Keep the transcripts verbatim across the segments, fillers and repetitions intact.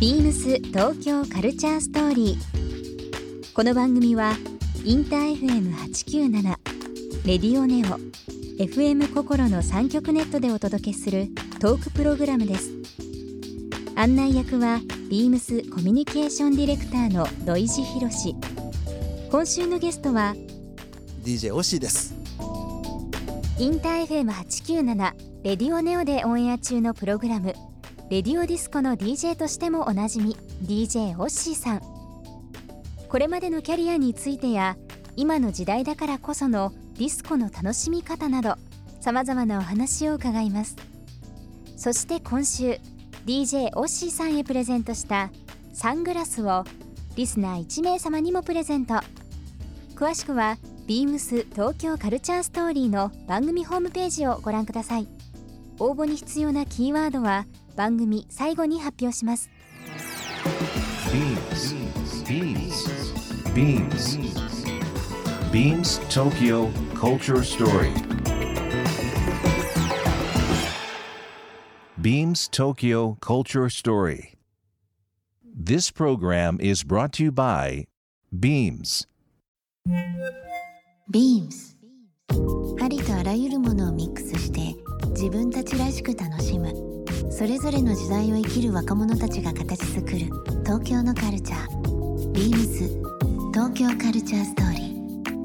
ビームス東京カルチャーストーリー。この番組はインター エフエムはちきゅうなな、レディオネオ、エフエム 心のさん局ネットでお届けするトークプログラムです。案内役はビームスコミュニケーションディレクターの土井博志。今週のゲストはディージェー オッシーです。 インター エフエムはちきゅうなな レディオネオでオンエア中のプログラムレディオディスコの ディージェー としてもおなじみ ディージェー オッシーさん。これまでのキャリアについてや今の時代だからこそのディスコの楽しみ方などさまざまなお話を伺います。そして今週 ディージェー オッシーさんへプレゼントしたサングラスをリスナーいち名様にもプレゼント。詳しくはビームス東京カルチャーストーリーの番組ホームページをご覧ください。応募に必要なキーワードは番組最後に発表します。 ビームス ビームス ビームス Tokyo Culture Story Beams Tokyo Culture Story. This program is brought to you by Beams. ビームス ありとあらゆるものをミックスして自分たちらしく楽しむ、それぞれの時代を生きる若者たちが形作る東京のカルチャー。ビームス東京カルチャーストーリー。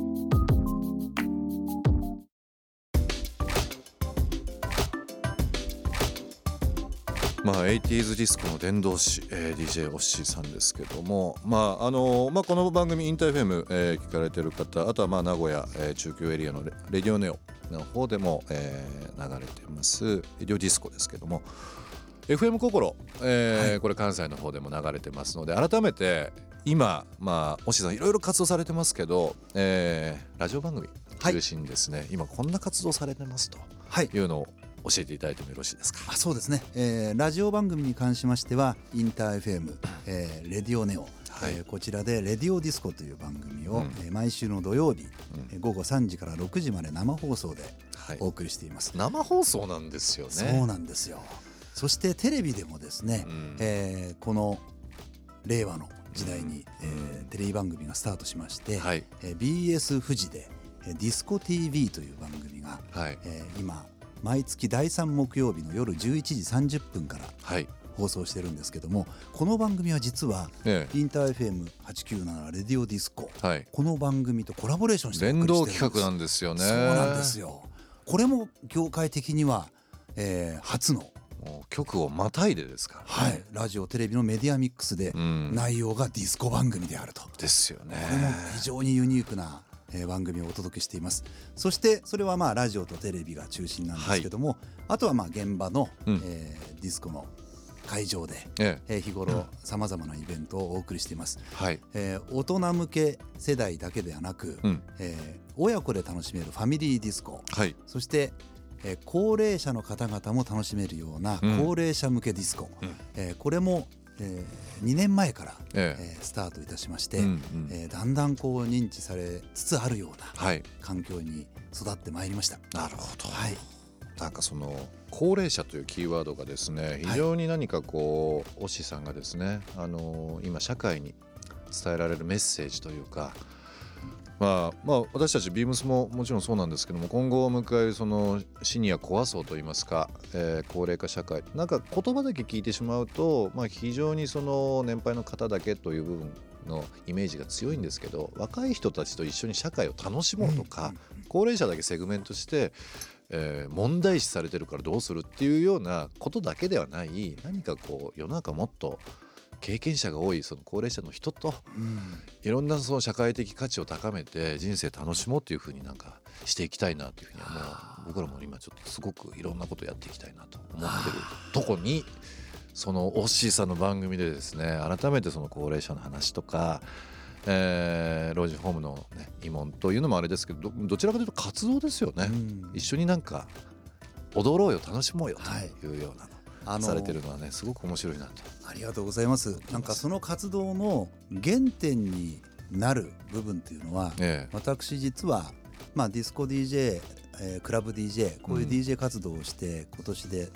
まあ、エイティーズ ディスコの伝道師、えー、ディージェー オッシーさんですけども、まああのまあ、この番組インター エフエム、えー、聞かれている方、あとはまあ名古屋、えー、中京エリアのレレディオネオの方でも、えー、流れていますレディオディスコですけども、 エフエム 心、えーはい、これ関西の方でも流れてますので、改めて今、まあ、オッシーさんいろいろ活動されてますけど、えー、ラジオ番組中心にですね、はい、今こんな活動されてますというのを教えていただいてもよろしいですか。 あ、そうですね、えー、ラジオ番組に関しましてはインター エフエム、えー、レディオネオ、はい、えー、こちらでレディオディスコという番組を、うん、えー、毎週の土曜日、うん、午後さんじからろくじまで生放送でお送りしています、 はい、生放送なんですよね。 そうなんですよ。そしてテレビでもですね、うん、えー、この令和の時代に、うん、えー、テレビ番組がスタートしまして、はい、えー、ビーエス 富士で、えー、ディスコ ティーブイ という番組が、はい、えー、今毎月だいさん木曜日の夜じゅういちじさんじゅっぷんから放送してるんですけども、この番組は実は、ね、インター エフエムはちきゅうなな レディオディスコ、はい、この番組とコラボレーションしてお送りしてるんです。 連動企画なんですよね。 そうなんですよ。これも業界的には、えー、初のもう局をまたいでですから、ね、 はい、ラジオテレビのメディアミックスで内容がディスコ番組であると、 うん、ですよね。 これも非常にユニークなえー、番組をお届けしています。そしてそれはまあラジオとテレビが中心なんですけども、はい、あとはまあ現場の、うん、えー、ディスコの会場で、えええー、日頃さまざまなイベントをお送りしています、はい、えー、大人向け世代だけではなく、うん、えー、親子で楽しめるファミリーディスコ、はい、そして、えー、高齢者の方々も楽しめるような高齢者向けディスコ、うん、えー、これもえー、にねんまえから、えええー、スタートいたしまして、うんうん、えー、だんだんこう認知されつつあるような、はい、環境に育ってまいりました。 なるほど、はい、なんかその高齢者というキーワードがですね、非常に何かこう、はい、オッシーさんがですね、あのー、今社会に伝えられるメッセージというか、まあまあ、私たちビームスももちろんそうなんですけども、今後を迎えるそのシニアコア層といいますか、えー、高齢化社会、なんか言葉だけ聞いてしまうと、まあ、非常にその年配の方だけという部分のイメージが強いんですけど、若い人たちと一緒に社会を楽しもうとか、うん、高齢者だけセグメントして、えー、問題視されてるからどうするっていうようなことだけではない、何かこう世の中もっと経験者が多いその高齢者の人と、うん、いろんなその社会的価値を高めて人生楽しもうというふうになんかしていきたいなというふうに思う。僕らも今ちょっとすごくいろんなことをやっていきたいなと思ってるとこに、そのオッシーさんの番組でですね、改めてその高齢者の話とか、えー、老人ホームの、ね、慰問というのもあれですけど、 ど, どちらかというと活動ですよね、うん、一緒になんか踊ろうよ楽しもうよというようなの、はい、されてるのはね、すごく面白いなと。 ありがとうございます。なんかその活動の原点になる部分というのは、ええ、私実は、まあ、ディスコ ディージェー、えー、クラブ ディージェー、こういう ディージェー 活動をして今年で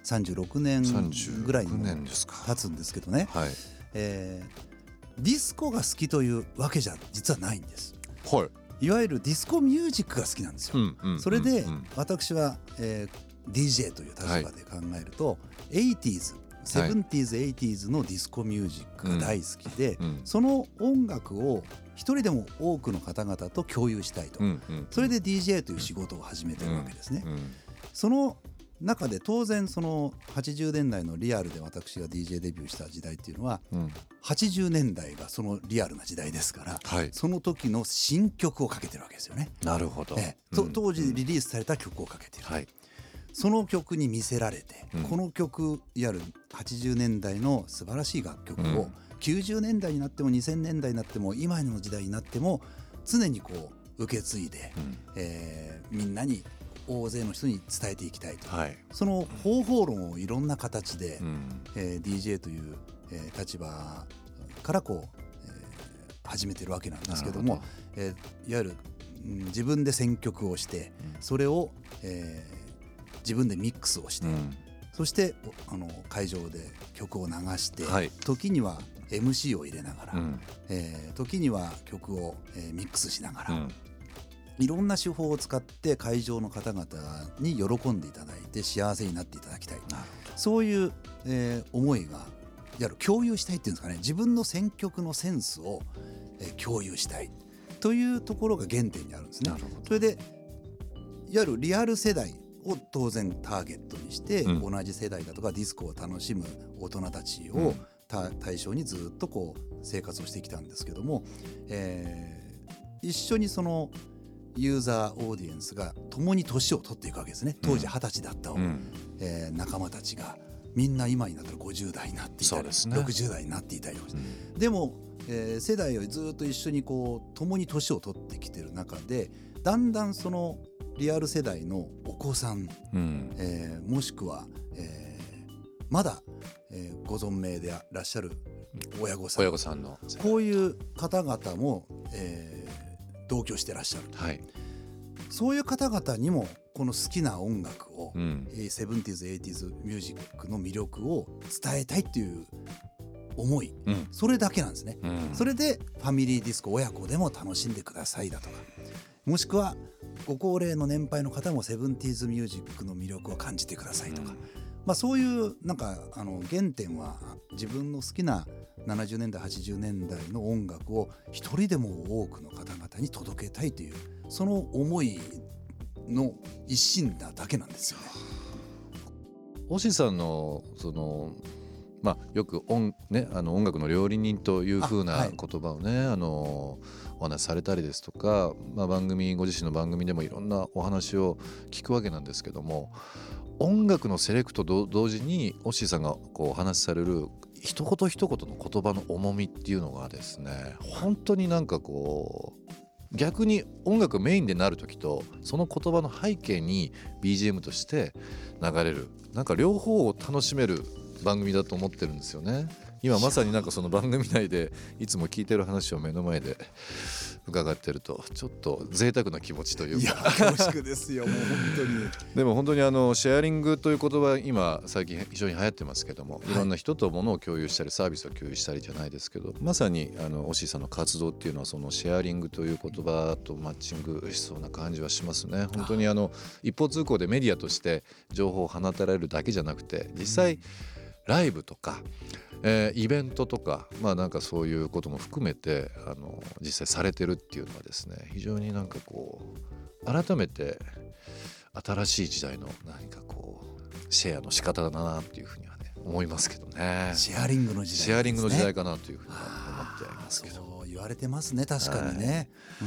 さんじゅうろくねんぐらいにも経つんですけどね、 はいえー、ディスコが好きというわけじゃ実はないんです、 はい、 いわゆるディスコミュージックが好きなんですよ、 うんうん、 それで、 うん、 私は、えー、ディージェー という立場で考えると、はい、エイティーズセブンティーズ、エイティーズのディスコミュージックが大好きで、うん、その音楽を一人でも多くの方々と共有したいと、うんうん、それで ディージェー という仕事を始めてるわけですね、うんうん、その中で当然そのはちじゅうねんだいのリアルで私が ディージェー デビューした時代っていうのは、うん、はちじゅうねんだいがそのリアルな時代ですから、はい、その時の新曲をかけてるわけですよね。 なるほど、 ええ、うん、当時リリースされた曲をかけてる、はい、その曲に魅せられて、うん、この曲いわゆるはちじゅうねんだいの素晴らしい楽曲を、うん、きゅうじゅうねんだいになってもにせんねんだいになっても今の時代になっても常にこう受け継いで、うん、えー、みんなに大勢の人に伝えていきたいと、はい、その方法論をいろんな形で、うん、えー、ディージェー という、えー、立場からこう、えー、始めてるわけなんですけども、えー、いわゆる、うん、自分で選曲をして、うん、それを、えー、自分でミックスをして、うん、そしてあの会場で曲を流して、はい、時には エムシー を入れながら、うん、えー、時には曲を、えー、ミックスしながら、うん、いろんな手法を使って会場の方々に喜んでいただいて幸せになっていただきたい、そういう、えー、思いがいわゆる共有したいっていうんですかね、自分の選曲のセンスを、えー、共有したいというところが原点にあるんですね。それでいわゆるリアル世代を当然ターゲットにして、うん、同じ世代だとかディスコを楽しむ大人たちを、うん、対象にずっとこう生活をしてきたんですけども、えー、一緒にそのユーザーオーディエンスが共に年を取っていくわけですね。当時はたちだった、うん、えー、仲間たちがみんな今になったらごじゅうだいになっていたり、ね、ろくじゅうだいになっていたり、うん、でも、えー、世代をずっと一緒にこう共に年を取ってきてる中でだんだんそのリアル世代のお子さん、うん、えー、もしくは、えー、まだ、えー、ご存命でいらっしゃる親御さん、 親御さんのこういう方々も、えー、同居してらっしゃる、はい、そういう方々にもこの好きな音楽を、うん、セブンティーズ、エイティーズミュージックの魅力を伝えたいっていう思い、うん、それだけなんですね、うん、それでファミリーディスコ親子でも楽しんでくださいだとか、もしくはご高齢の年配の方もセブンティーズミュージックの魅力を感じてくださいとか、うん、まあ、そういうなんかあの原点は自分の好きなななじゅうねんだいはちじゅうねんだいの音楽を一人でも多くの方々に届けたいというその思いの一心なだけなんですよね。 星さんのそのまあ、よく 音,、ね、あの音楽の料理人という風な言葉をね、あ、はい、あのお話しされたりですとか、まあ、番組ご自身の番組でもいろんなお話を聞くわけなんですけども、音楽のセレクトと同時にオッシーさんがこうお話しされる一言一言の言葉の重みっていうのがですね、本当になんかこう逆に音楽メインでなる時とその言葉の背景に ビージーエム として流れる、なんか両方を楽しめる番組だと思ってるんですよね。今まさになんかその番組内でいつも聞いてる話を目の前で伺ってるとちょっと贅沢な気持ちというか、いや恐縮ですよもう本当にでも本当にあのシェアリングという言葉今最近非常に流行ってますけども、いろんな人と物を共有したりサービスを共有したりじゃないですけど、まさにあのオッシーさんの活動っていうのはそのシェアリングという言葉とマッチングしそうな感じはしますね。本当にあの一方通行でメディアとして情報を放たれるだけじゃなくて、実際ライブとか、えー、イベントとか、まあなんかそういうことも含めてあの実際されてるっていうのはですね、非常になんかこう改めて新しい時代の何かこうシェアの仕方だなっていうふうにはね思いますけどね。 シェアリングの時代ですね。 シェアリングの時代かなというふうには思ってありますけど。 そう言われてますね、確かにね。はい、うん、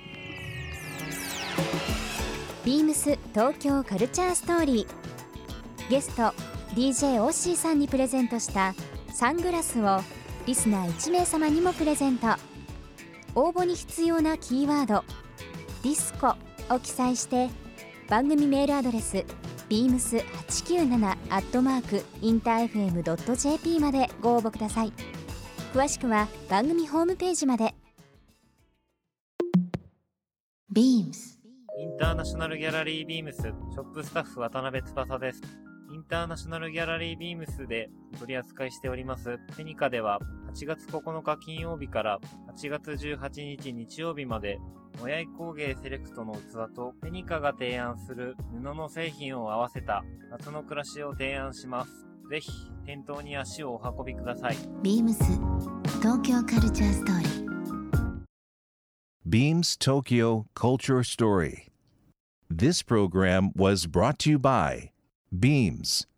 ビームス東京カルチャーストーリー、ゲストディージェー オッシーさんにプレゼントしたサングラスをリスナーいちめい様にもプレゼント。応募に必要なキーワードディスコを記載して番組メールアドレス ビームスはちきゅうなな アットマーク インターエフエム ドット ジェーピー までご応募ください。詳しくは番組ホームページまで。 ビームスインターナショナルギャラリービームスショップスタッフ渡辺翼です。 インターナショナルギャラリービームスで取り扱いしておりますペニカでははちがつここのか金曜日からはちがつじゅうはちにち日曜日までもやい工芸セレクトの器とペニカが提案する布の製品を合わせた夏の暮らしを提案します。ぜひ店頭に足をお運びください。 ビームス東京カルチャーストーリー Beams Tokyo Culture Story. This program was brought to you by Beams.